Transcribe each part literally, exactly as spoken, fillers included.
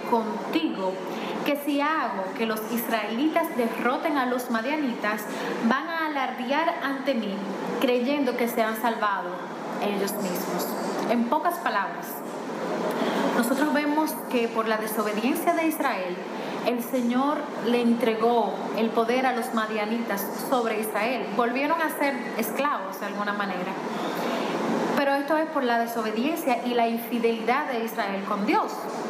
contigo que si hago que los israelitas derroten a los madianitas, van a alardear ante mí, creyendo que se han salvado ellos mismos. En pocas palabras, nosotros vemos que por la desobediencia de Israel, el Señor le entregó el poder a los madianitas sobre Israel. Volvieron a ser esclavos de alguna manera. Pero esto es por la desobediencia y la infidelidad de Israel con Dios.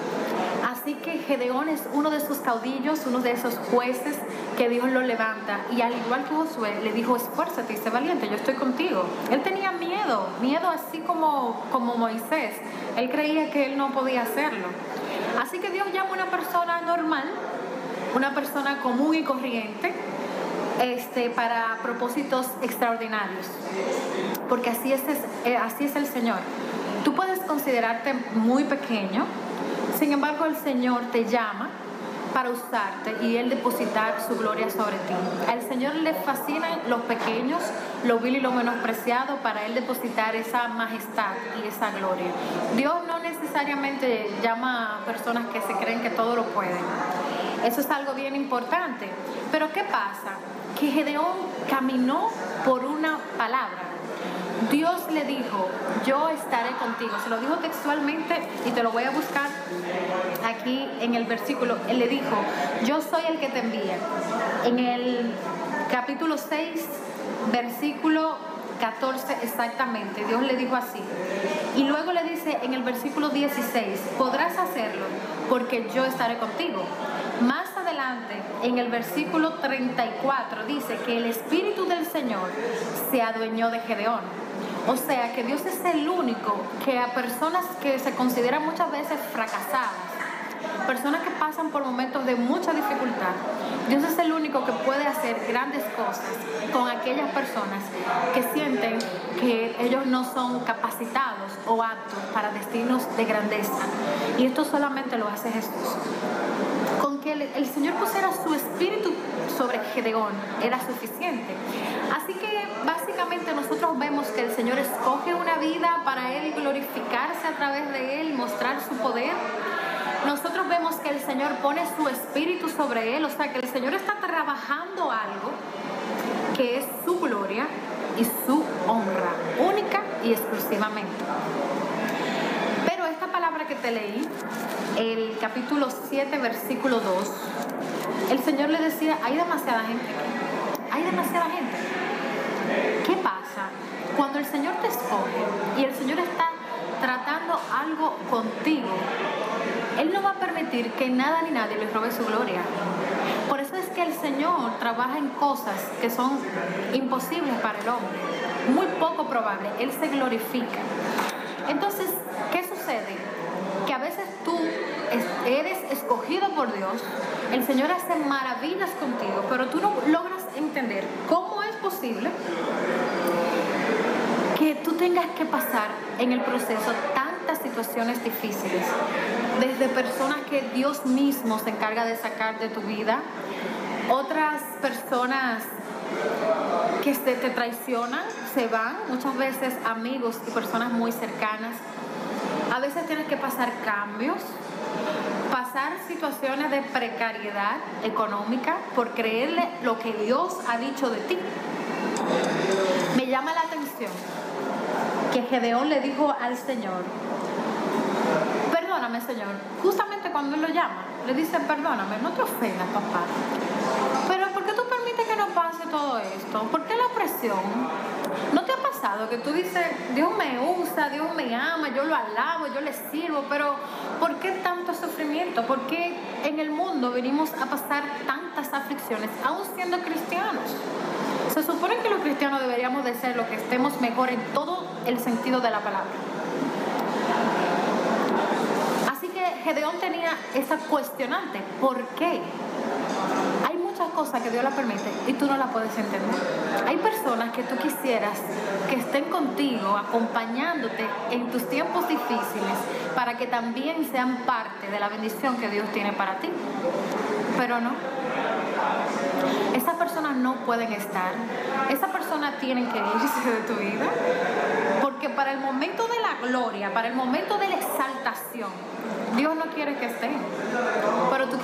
Así que Gedeón es uno de sus caudillos, uno de esos jueces que Dios lo levanta. Y al igual que Josué, le dijo: esfuérzate y sé valiente, yo estoy contigo. Él tenía miedo, miedo así como, como Moisés. Él creía que él no podía hacerlo. Así que Dios llama a una persona normal, una persona común y corriente, este, para propósitos extraordinarios. Porque así es, así es el Señor. Tú puedes considerarte muy pequeño, sin embargo el Señor te llama para usarte y Él depositar su gloria sobre ti. Al Señor le fascinan los pequeños, lo vil y lo menospreciado, para Él depositar esa majestad y esa gloria. Dios no necesariamente llama a personas que se creen que todo lo pueden. Eso es algo bien importante. Pero ¿qué pasa? Que Gedeón caminó por una palabra. Dios le dijo: yo estaré contigo. Se lo dijo textualmente y te lo voy a buscar aquí en el versículo. Él le dijo: yo soy el que te envía. En el capítulo seis, versículo catorce exactamente, Dios le dijo así. Y luego le dice en el versículo dieciséis: podrás hacerlo porque yo estaré contigo. Más adelante, en el versículo treinta y cuatro, dice que el Espíritu del Señor se adueñó de Gedeón. O sea, que Dios es el único que a personas que se consideran muchas veces fracasadas, personas que pasan por momentos de mucha dificultad, Dios es el único que puede hacer grandes cosas con aquellas personas que sienten que ellos no son capacitados o aptos para destinos de grandeza. Y esto solamente lo hace Jesús. Con que el, el Señor pusiera su espíritu sobre Gedeón era suficiente. Así que básicamente nosotros vemos que el Señor escoge una vida para Él glorificarse a través de Él y mostrar su poder. Nosotros vemos que el Señor pone su espíritu sobre Él, o sea que el Señor está trabajando algo que es su gloria y su honra, única y exclusivamente. Pero esta palabra que te leí, el capítulo siete, versículo dos, el Señor le decía: hay demasiada gente aquí, hay demasiada gente. ¿Qué pasa? Cuando el Señor te escoge y el Señor está tratando algo contigo, Él no va a permitir que nada ni nadie le robe su gloria. Por eso es que el Señor trabaja en cosas que son imposibles para el hombre, muy poco probable. Él se glorifica. Entonces, ¿qué sucede? Que a veces tú eres escogido por Dios, el Señor hace maravillas contigo, pero tú no logras entender cómo es posible que tú tengas que pasar en el proceso tantas situaciones difíciles, desde personas que Dios mismo se encarga de sacar de tu vida, otras personas que te, te traicionan, se van, muchas veces amigos y personas muy cercanas. A veces tienes que pasar cambios, pasar situaciones de precariedad económica por creerle lo que Dios ha dicho de ti. Me llama la atención que Gedeón le dijo al Señor: perdóname, Señor. Justamente cuando Él lo llama, le dice: perdóname, no te ofendas, papá. Pero ¿por qué tú permites que nos pase todo esto? ¿Por qué la opresión? ¿No te ha pasado que tú dices: Dios me usa, Dios me ama, yo lo alabo, yo le sirvo, pero ¿por qué tanto sufrimiento? ¿Por qué en el mundo venimos a pasar tantas aflicciones, aún siendo cristianos? Se supone que los cristianos deberíamos de ser los que estemos mejor en todo el sentido de la palabra. Así que Gedeón tenía esa cuestionante: ¿por qué? Hay muchas cosas que Dios la permite y tú no la puedes entender. Hay personas que tú quisieras que estén contigo, acompañándote en tus tiempos difíciles, para que también sean parte de la bendición que Dios tiene para ti. Pero no. Esas personas no pueden estar. Esas personas tienen que irse de tu vida. Porque para el momento de la gloria, para el momento de la exaltación, Dios no quiere que estén.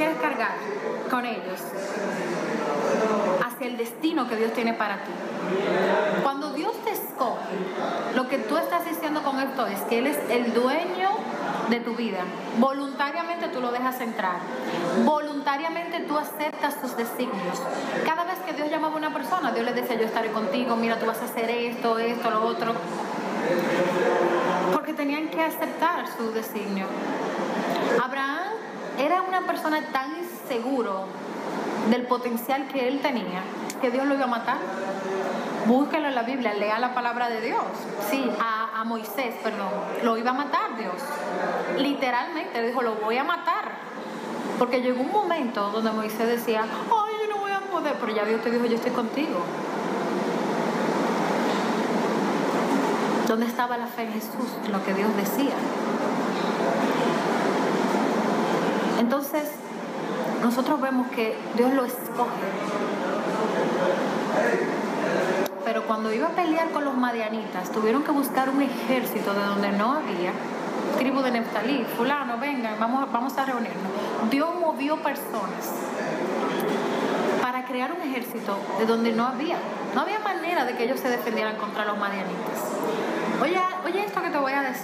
quieres cargar con ellos hacia el destino que Dios tiene para ti. Cuando Dios te escoge, lo que tú estás diciendo con esto es que Él es el dueño de tu vida. Voluntariamente tú lo dejas entrar. Voluntariamente tú aceptas sus designios. Cada vez que Dios llamaba a una persona, Dios le decía: yo estaré contigo, mira, tú vas a hacer esto, esto, lo otro. Porque tenían que aceptar su designio. Abraham era una persona tan inseguro del potencial que él tenía que Dios lo iba a matar. Búsquelo en la Biblia, lea la palabra de Dios. Sí, a, a Moisés, perdón, lo iba a matar Dios. Literalmente, dijo: lo voy a matar. Porque llegó un momento donde Moisés decía: ay, yo no voy a poder, pero ya Dios te dijo: yo estoy contigo. ¿Dónde estaba la fe en Jesús? En lo que Dios decía. Entonces, nosotros vemos que Dios lo escoge. Pero cuando iba a pelear con los madianitas, tuvieron que buscar un ejército de donde no había. Tribu de Neftalí, fulano, vengan, vamos, vamos a reunirnos. Dios movió personas para crear un ejército de donde no había. No había manera de que ellos se defendieran contra los madianitas. Oye, oye esto que te voy a decir.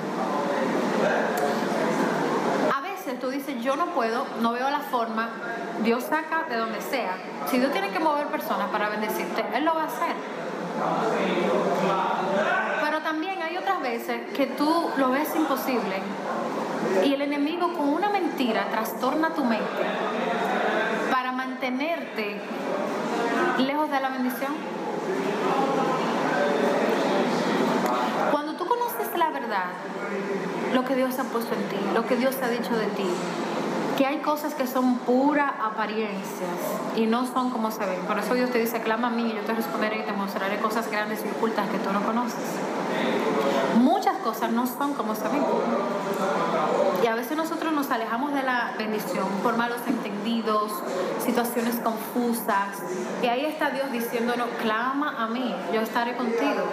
A veces tú dices: yo no puedo, no veo la forma. Dios saca de donde sea. Si Dios tiene que mover personas para bendecirte, Él lo va a hacer. Pero también hay otras veces que tú lo ves imposible y el enemigo con una mentira trastorna tu mente para mantenerte lejos de la bendición. Cuando tú conoces la verdad, lo que Dios ha puesto en ti, lo que Dios ha dicho de ti, que hay cosas que son puras apariencias y no son como se ven. Por eso Dios te dice: clama a mí y yo te responderé y te mostraré cosas grandes y ocultas que tú no conoces. Muchas cosas no son como se ven. Y a veces nosotros nos alejamos de la bendición por malos entendidos, situaciones confusas. Y ahí está Dios diciéndonos: clama a mí, yo estaré contigo.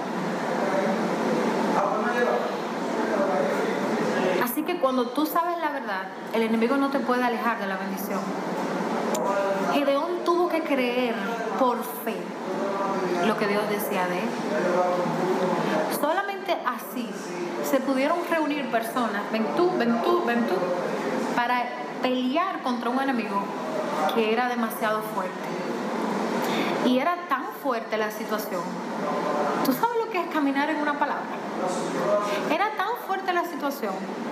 Así que cuando tú sabes la verdad, el enemigo no te puede alejar de la bendición. Gedeón tuvo que creer por fe lo que Dios decía de él. Solamente así se pudieron reunir personas, ven tú, ven tú, ven tú, para pelear contra un enemigo que era demasiado fuerte. Y era tan fuerte la situación. ¿Tú sabes lo que es caminar en una palabra? Era tan fuerte la situación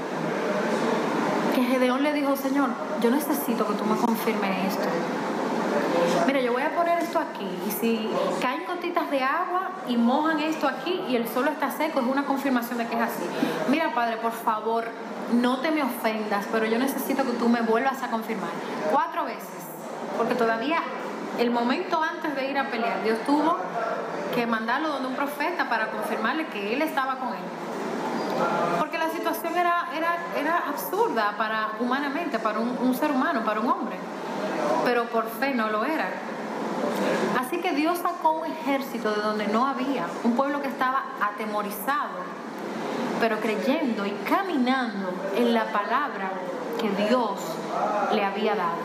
que Gedeón le dijo: Señor, yo necesito que tú me confirmes esto. Mira, yo voy a poner esto aquí, y si caen gotitas de agua y mojan esto aquí y el suelo está seco, es una confirmación de que es así. Mira, Padre, por favor, no te me ofendas, pero yo necesito que tú me vuelvas a confirmar. Cuatro veces, porque todavía el momento antes de ir a pelear, Dios tuvo que mandarlo donde un profeta para confirmarle que él estaba con él. Porque la situación era, era, era absurda para, humanamente, para un, un ser humano, para un hombre. Pero por fe no lo era. Así que Dios sacó un ejército de donde no había, un pueblo que estaba atemorizado, pero creyendo y caminando en la palabra que Dios le había dado.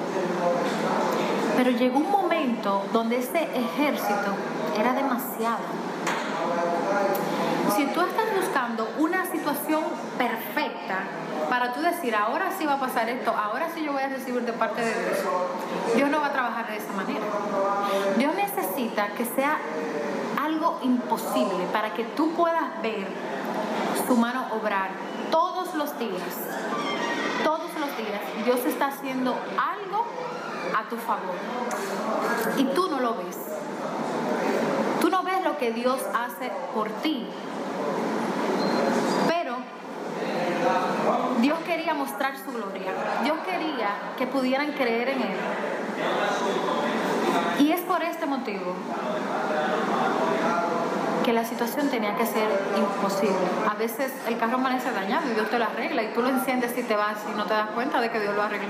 Pero llegó un momento donde ese ejército era demasiado. Si tú estás buscando una situación perfecta para tú decir: ahora sí va a pasar esto, ahora sí yo voy a recibir de parte de Dios, Dios no va a trabajar de esa manera. Dios necesita que sea algo imposible para que tú puedas ver su mano obrar todos los días. Todos los días Dios está haciendo algo a tu favor y tú no lo ves. Tú no ves lo que Dios hace por ti, pero Dios quería mostrar su gloria. Dios quería que pudieran creer en Él. Y es por este motivo que la situación tenía que ser imposible. A veces el carro amanece dañado y Dios te lo arregla y tú lo enciendes y te vas y no te das cuenta de que Dios lo arregló.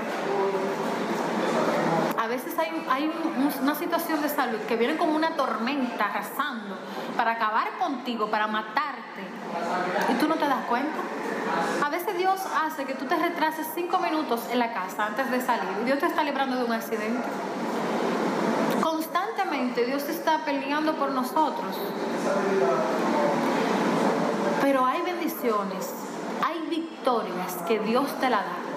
A veces hay, hay una situación de salud que viene como una tormenta arrasando para acabar contigo, para matarte, y tú no te das cuenta. A veces Dios hace que tú te retrases cinco minutos en la casa antes de salir y Dios te está librando de un accidente. Constantemente Dios está peleando por nosotros. Pero hay bendiciones, hay victorias que Dios te la da.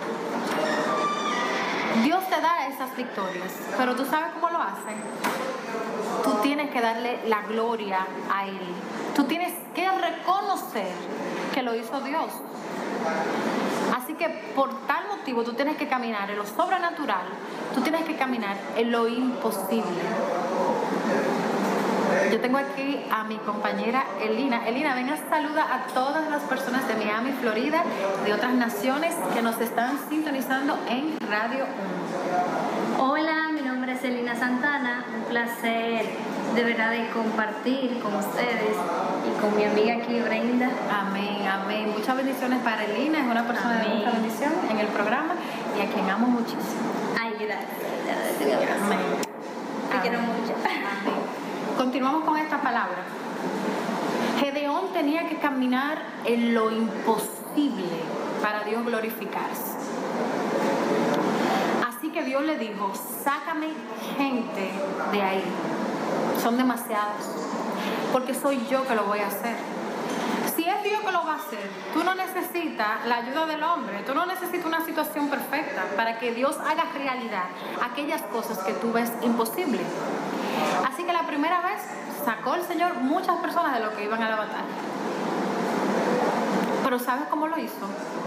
Dios te da esas victorias, pero ¿tú sabes cómo lo hace? Tú tienes que darle la gloria a Él. Tú tienes que reconocer que lo hizo Dios. Así que por tal motivo tú tienes que caminar en lo sobrenatural, tú tienes que caminar en lo imposible. Yo tengo aquí a mi compañera Elina. Elina, venga, saluda a todas las personas de Miami, Florida, de otras naciones que nos están sintonizando en Radio uno. Hola, mi nombre es Elina Santana. Un placer de verdad de compartir con ustedes y con mi amiga aquí Brenda. Amén, amén. Muchas bendiciones para Elina, es una persona amén. de mucha bendición en el programa y a quien amo muchísimo. Ay, gracias. Amén. Te amén. Quiero mucho. Amén. Continuamos con esta palabra. Gedeón tenía que caminar en lo imposible para Dios glorificarse. Así que Dios le dijo, sácame gente de ahí. Son demasiados. Porque soy yo que lo voy a hacer. Si es Dios que lo va a hacer, tú no necesitas la ayuda del hombre. Tú no necesitas una situación perfecta para que Dios haga realidad aquellas cosas que tú ves imposibles. Así que la primera vez sacó el Señor muchas personas de lo que iban a la batalla. Pero ¿sabes cómo lo hizo?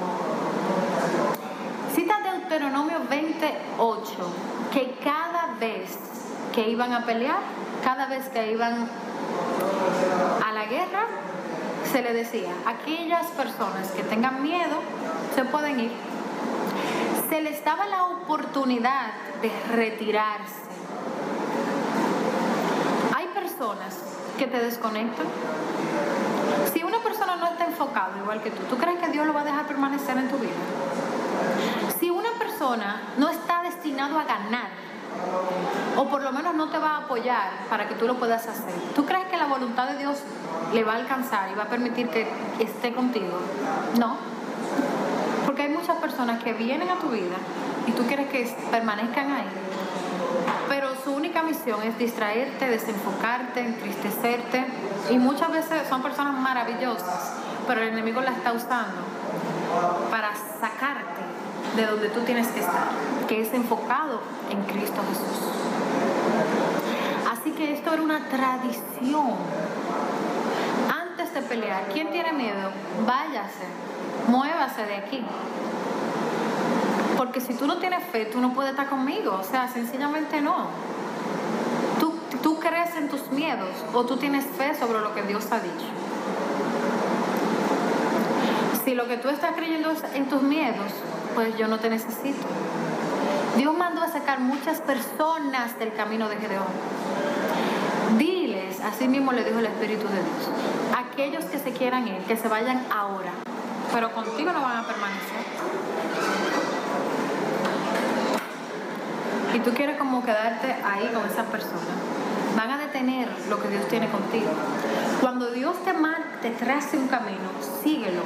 Cita Deuteronomio veintiocho, que cada vez que iban a pelear, cada vez que iban a la guerra, se le decía, aquellas personas que tengan miedo, se pueden ir. Se les daba la oportunidad de retirarse. Personas que te desconectan. Si una persona no está enfocada igual que tú, ¿tú crees que Dios lo va a dejar permanecer en tu vida? Si una persona no está destinado a ganar, o por lo menos no te va a apoyar para que tú lo puedas hacer, ¿tú crees que la voluntad de Dios le va a alcanzar y va a permitir que esté contigo? No. Porque hay muchas personas que vienen a tu vida y tú quieres que permanezcan ahí, pero su única misión es distraerte, desenfocarte, entristecerte, y muchas veces son personas maravillosas, pero el enemigo la está usando para sacarte de donde tú tienes que estar, que es enfocado en Cristo Jesús. Así que esto era una tradición. Antes de pelear, ¿quién tiene miedo? Váyase, muévase de aquí. Porque si tú no tienes fe, tú no puedes estar conmigo. O sea, sencillamente no. Tú, tú crees en tus miedos o tú tienes fe sobre lo que Dios ha dicho. Si lo que tú estás creyendo es en tus miedos, pues yo no te necesito. Dios mandó a sacar muchas personas del camino de Gedeón. Diles, así mismo le dijo el Espíritu de Dios, aquellos que se quieran ir, que se vayan ahora, pero contigo no van a permanecer. Y tú quieres como quedarte ahí con esas personas, van a detener lo que Dios tiene contigo. Cuando Dios te, mar, te trace un camino, síguelo.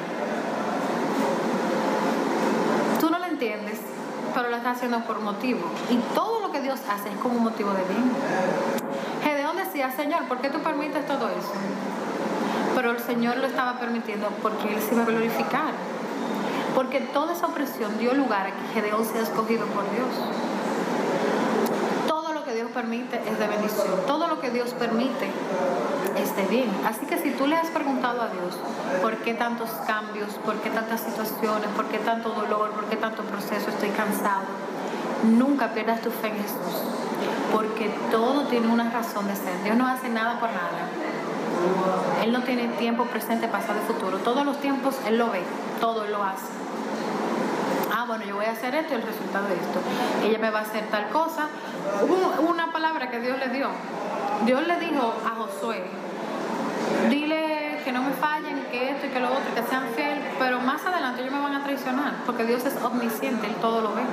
Tú no lo entiendes, pero lo estás haciendo por motivo. Y todo lo que Dios hace es con un motivo de bien. Gedeón decía, Señor, ¿por qué tú permites todo eso? Pero el Señor lo estaba permitiendo porque Él se iba a glorificar. Porque toda esa opresión dio lugar a que Gedeón sea escogido por Dios. Dios permite es de bendición. Todo lo que Dios permite es de bien. Así que si tú le has preguntado a Dios por qué tantos cambios, por qué tantas situaciones, por qué tanto dolor, por qué tanto proceso, estoy cansado, nunca pierdas tu fe en Jesús, porque todo tiene una razón de ser. Dios no hace nada por nada. Él no tiene tiempo presente, pasado y futuro. Todos los tiempos Él lo ve, todo Él lo hace. Ah, bueno, yo voy a hacer esto y el resultado de esto. Ella me va a hacer tal cosa. Hubo una palabra que Dios le dio. Dios le dijo a Josué, dile que no me fallen, que esto y que lo otro, que sean fieles, pero más adelante ellos me van a traicionar, porque Dios es omnisciente, Él todo lo ve.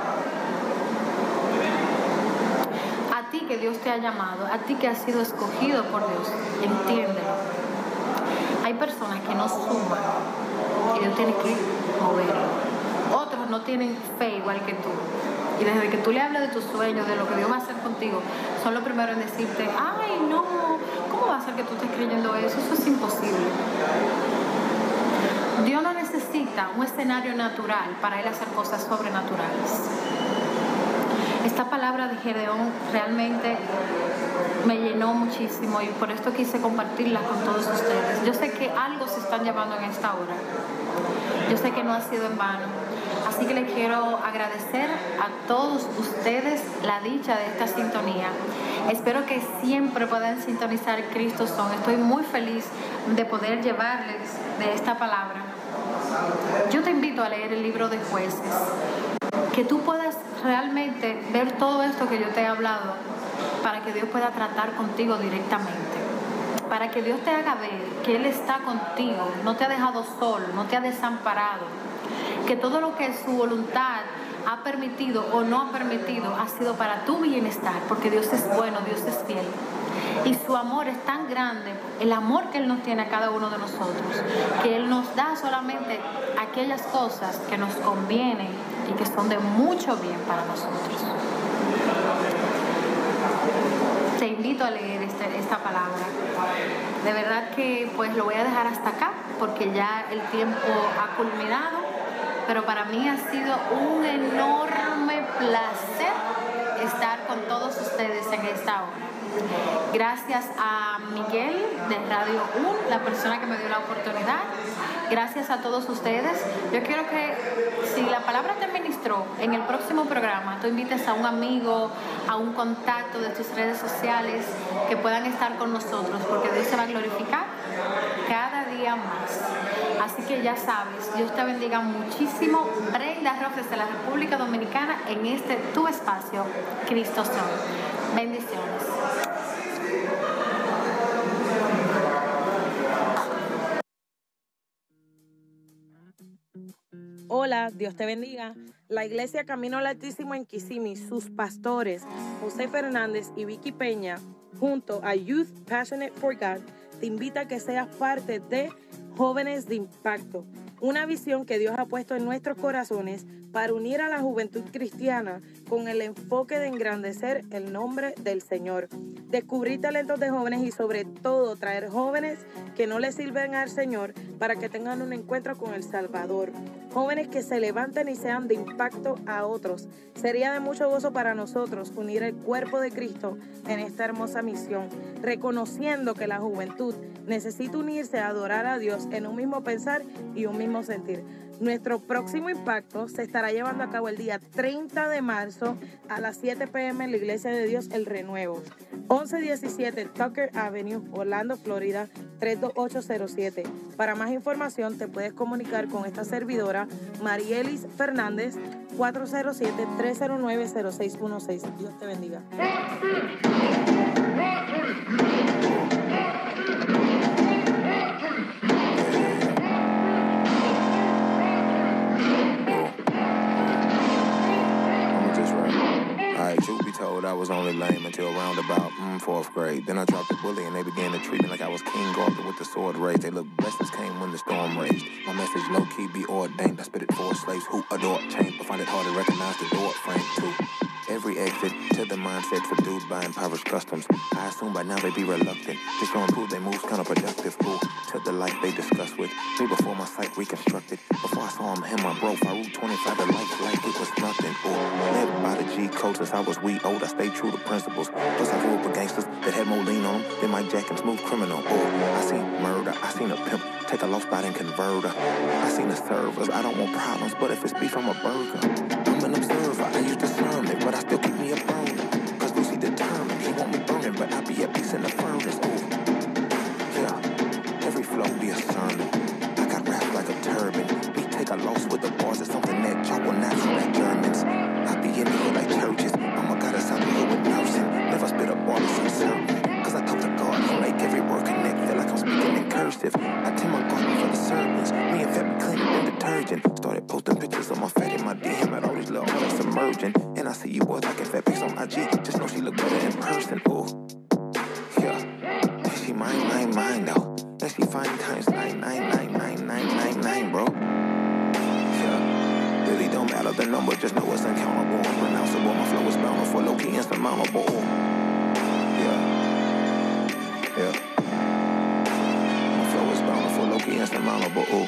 A ti que Dios te ha llamado, a ti que has sido escogido por Dios, entiéndelo. Hay personas que no suman y Dios tiene que moverlo. Otros no tienen fe igual que tú. Y desde que tú le hables de tus sueños, de lo que Dios va a hacer contigo, son los primeros en decirte, ay, no, ¿cómo va a ser que tú estés creyendo eso? Eso es imposible. Dios no necesita un escenario natural para Él hacer cosas sobrenaturales. Esta palabra de Gedeón realmente me llenó muchísimo y por esto quise compartirla con todos ustedes. Yo sé que algo se están llevando en esta hora. Yo sé que no ha sido en vano. Así que les quiero agradecer a todos ustedes la dicha de esta sintonía. Espero que siempre puedan sintonizar Cristo Son. Estoy muy feliz de poder llevarles de esta palabra. Yo te invito a leer el libro de Jueces, que tú puedas realmente ver todo esto que yo te he hablado, para que Dios pueda tratar contigo directamente, para que Dios te haga ver que Él está contigo, no te ha dejado solo, no te ha desamparado, que todo lo que su voluntad ha permitido o no ha permitido ha sido para tu bienestar, porque Dios es bueno, Dios es fiel. Y su amor es tan grande, el amor que Él nos tiene a cada uno de nosotros, que Él nos da solamente aquellas cosas que nos convienen y que son de mucho bien para nosotros. Te invito a leer este, esta palabra. De verdad que pues lo voy a dejar hasta acá, porque ya el tiempo ha culminado, pero para mí ha sido un enorme placer estar con todos ustedes en esta hora. Gracias a Miguel de Radio U N, la persona que me dio la oportunidad. Gracias a todos ustedes. Yo quiero que, si la palabra te ministró en el próximo programa, tú invites a un amigo, a un contacto de tus redes sociales que puedan estar con nosotros, porque Dios se va a glorificar cada día más. Así que ya sabes, Dios te bendiga muchísimo. Brenda Rojas de la República Dominicana en este tu espacio, Cristo Son. Bendiciones. Hola, Dios te bendiga. La Iglesia Camino al Altísimo en Kissimmee, sus pastores, José Fernández y Vicky Peña, junto a Youth Passionate for God, te invita a que seas parte de Jóvenes de Impacto, una visión que Dios ha puesto en nuestros corazones para unir a la juventud cristiana con el enfoque de engrandecer el nombre del Señor, descubrir talentos de jóvenes y sobre todo traer jóvenes que no le sirven al Señor para que tengan un encuentro con el Salvador. Jóvenes que se levanten y sean de impacto a otros. Sería de mucho gozo para nosotros unir el cuerpo de Cristo en esta hermosa misión, reconociendo que la juventud necesita unirse a adorar a Dios en un mismo pensar y un mismo sentir. Nuestro próximo impacto se estará llevando a cabo el día treinta de marzo a las siete p m en la Iglesia de Dios El Renuevo, once diecisiete Tucker Avenue, Orlando, Florida, tres dos ocho cero siete. Para más información te puedes comunicar con esta servidora, Marielis Fernández, cuatro cero siete, tres cero nueve, cero seis uno seis. Dios te bendiga. Truth be told, I was only lame until around about mm, fourth grade. Then I dropped the bully and they began to treat me like I was King Arthur with the sword raised. They looked blessings came when the storm raged. My message low-key be ordained. I spit it for slaves who adore change, but find it hard to recognize the door frame too. Every exit to the mindset subdued by impoverished customs. I assume by now they be reluctant. Just don't prove they moves counterproductive. Ooh, to the life they discuss with me before my sight reconstructed. Before I saw him, him, my bro, Farouk twenty-five, the life like it was nothing. Ooh, led by the G code since I was wee old. I stayed true to principles. Plus I grew up with gangsters that had more lean on them than Mike Jack and Smooth Criminal. Ooh, I seen murder, I seen a pimp take a lost spot and convert her. I seen the servers, I don't want problems, but if it's beef, I'm a burger. I'm an observer, I use discernment, but I still keep me a burner. Cause Lucy determined, he want me burning, but I be at peace in the furnace. Ooh, yeah, every flow be a sermon. I got wrapped like a turban. We take a loss with the bars, it's something that y'all will not see like Germans. I be in the hood like churches, I'm a goddess out here with nursing. Never spit a bar that's uncertain, cause I talk to God, I make every word connect, feel like I'm speaking in cursive. I tend my garden for the servants, me and Fat be cleaning and detergent. Started posting pictures of my fat in my D M at all these little artists emerging. And I see you boys liking fat pics on I G, just know she look better in person. Ooh, yeah, and she mine, mine, mine though. And she fine times nine, nine, nine, nine, nine, nine, nine, bro. add up the number, just know it's uncountable, unpronounceable. My flow is bountiful, low-key insurmountable. Yeah, yeah. My flow is bountiful, low-key insurmountable. Ooh.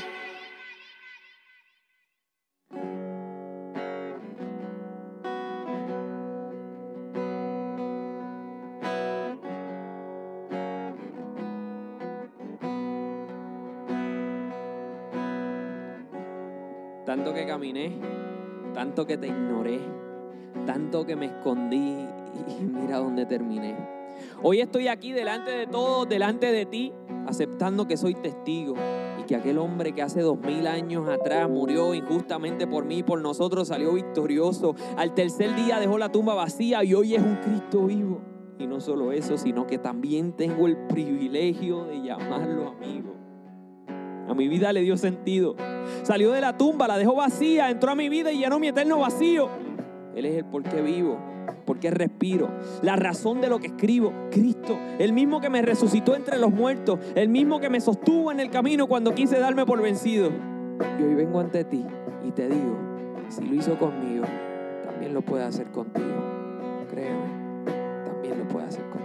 Tanto que caminé, tanto que te ignoré, tanto que me escondí y mira dónde terminé. Hoy estoy aquí delante de todos, delante de ti, aceptando que soy testigo y que aquel hombre que hace dos mil años atrás murió injustamente por mí y por nosotros salió victorioso. Al tercer día dejó la tumba vacía y hoy es un Cristo vivo. Y no solo eso, sino que también tengo el privilegio de llamarlo amigo. A mi vida le dio sentido. Salió de la tumba, la dejó vacía, entró a mi vida y llenó mi eterno vacío. Él es el por qué vivo, por qué respiro, la razón de lo que escribo. Cristo, el mismo que me resucitó entre los muertos, el mismo que me sostuvo en el camino cuando quise darme por vencido. Y hoy vengo ante ti y te digo, si lo hizo conmigo, también lo puede hacer contigo. Créeme, también lo puede hacer contigo.